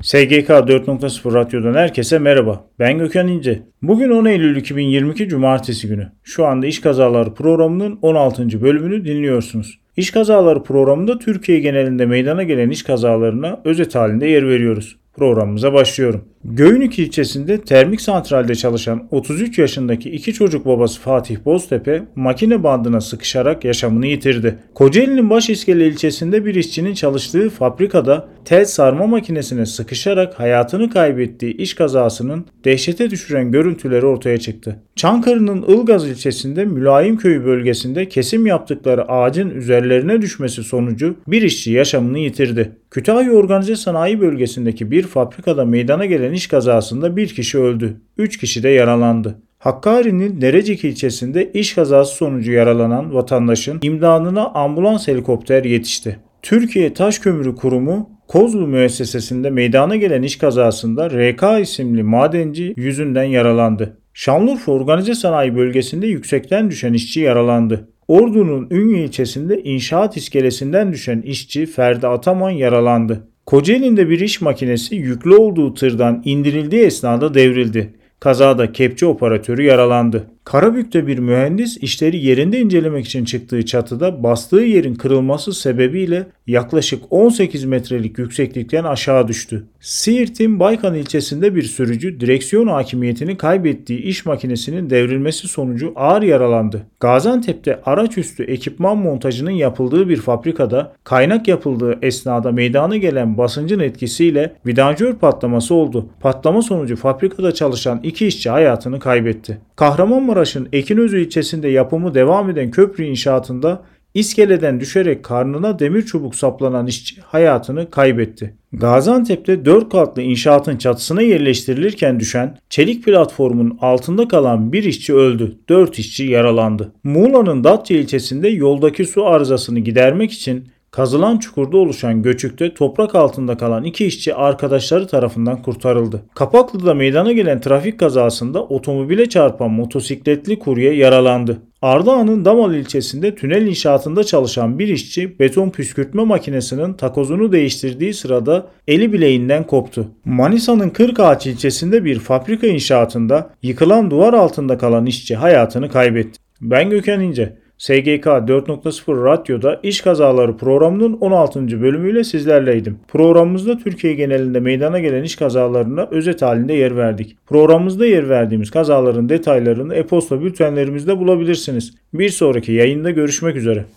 SGK 4.0 Radyo'dan herkese merhaba. Ben Gökhan İnce. Bugün 10 Eylül 2022 Cumartesi günü. Şu anda İş Kazaları programının 16. bölümünü dinliyorsunuz. İş Kazaları programında Türkiye genelinde meydana gelen iş kazalarına özet halinde yer veriyoruz. Programımıza başlıyorum. Göynük ilçesinde termik santralde çalışan 33 yaşındaki iki çocuk babası Fatih Boztepe makine bandına sıkışarak yaşamını yitirdi. Kocaeli'nin Başiskele ilçesinde bir işçinin çalıştığı fabrikada tel sarma makinesine sıkışarak hayatını kaybettiği iş kazasının dehşete düşüren görüntüleri ortaya çıktı. Çankırı'nın Ilgaz ilçesinde Mülayimköy bölgesinde kesim yaptıkları ağacın üzerlerine düşmesi sonucu bir işçi yaşamını yitirdi. Kütahya Organize Sanayi Bölgesi'ndeki bir fabrikada meydana gelen iş kazasında bir kişi öldü, 3 kişi de yaralandı. Hakkari'nin Derecik ilçesinde iş kazası sonucu yaralanan vatandaşın imdadına ambulans helikopter yetişti. Türkiye Taş Kömürü Kurumu Kozlu müessesesinde meydana gelen iş kazasında RK isimli madenci yüzünden yaralandı. Şanlıurfa Organize Sanayi Bölgesi'nde yüksekten düşen işçi yaralandı. Ordu'nun Ünye ilçesinde inşaat iskelesinden düşen işçi Ferdi Ataman yaralandı. Kocaeli'nde bir iş makinesi yüklü olduğu tırdan indirildiği esnada devrildi. Kazada kepçe operatörü yaralandı. Karabük'te bir mühendis işleri yerinde incelemek için çıktığı çatıda bastığı yerin kırılması sebebiyle yaklaşık 18 metrelik yükseklikten aşağı düştü. Siirt'in Baykan ilçesinde bir sürücü direksiyon hakimiyetini kaybettiği iş makinesinin devrilmesi sonucu ağır yaralandı. Gaziantep'te araçüstü ekipman montajının yapıldığı bir fabrikada kaynak yapıldığı esnada meydana gelen basıncın etkisiyle vidanjör patlaması oldu. Patlama sonucu fabrikada çalışan iki işçi hayatını kaybetti. Kahramanmaraş'ın Ekinözü ilçesinde yapımı devam eden köprü inşaatında iskeleden düşerek karnına demir çubuk saplanan işçi hayatını kaybetti. Gaziantep'te 4 katlı inşaatın çatısına yerleştirilirken düşen çelik platformun altında kalan bir işçi öldü, 4 işçi yaralandı. Muğla'nın Datça ilçesinde yoldaki su arızasını gidermek için kazılan çukurda oluşan göçükte toprak altında kalan iki işçi arkadaşları tarafından kurtarıldı. Kapaklı'da meydana gelen trafik kazasında otomobile çarpan motosikletli kurye yaralandı. Ardahan'ın Damal ilçesinde tünel inşaatında çalışan bir işçi beton püskürtme makinesinin takozunu değiştirdiği sırada eli bileğinden koptu. Manisa'nın Kırkağaç ilçesinde bir fabrika inşaatında yıkılan duvar altında kalan işçi hayatını kaybetti. Ben Gökhan İnce. SGK 4.0 Radyo'da İş Kazaları programının 16. bölümüyle sizlerleydim. Programımızda Türkiye genelinde meydana gelen iş kazalarına özet halinde yer verdik. Programımızda yer verdiğimiz kazaların detaylarını e-posta bültenlerimizde bulabilirsiniz. Bir sonraki yayında görüşmek üzere.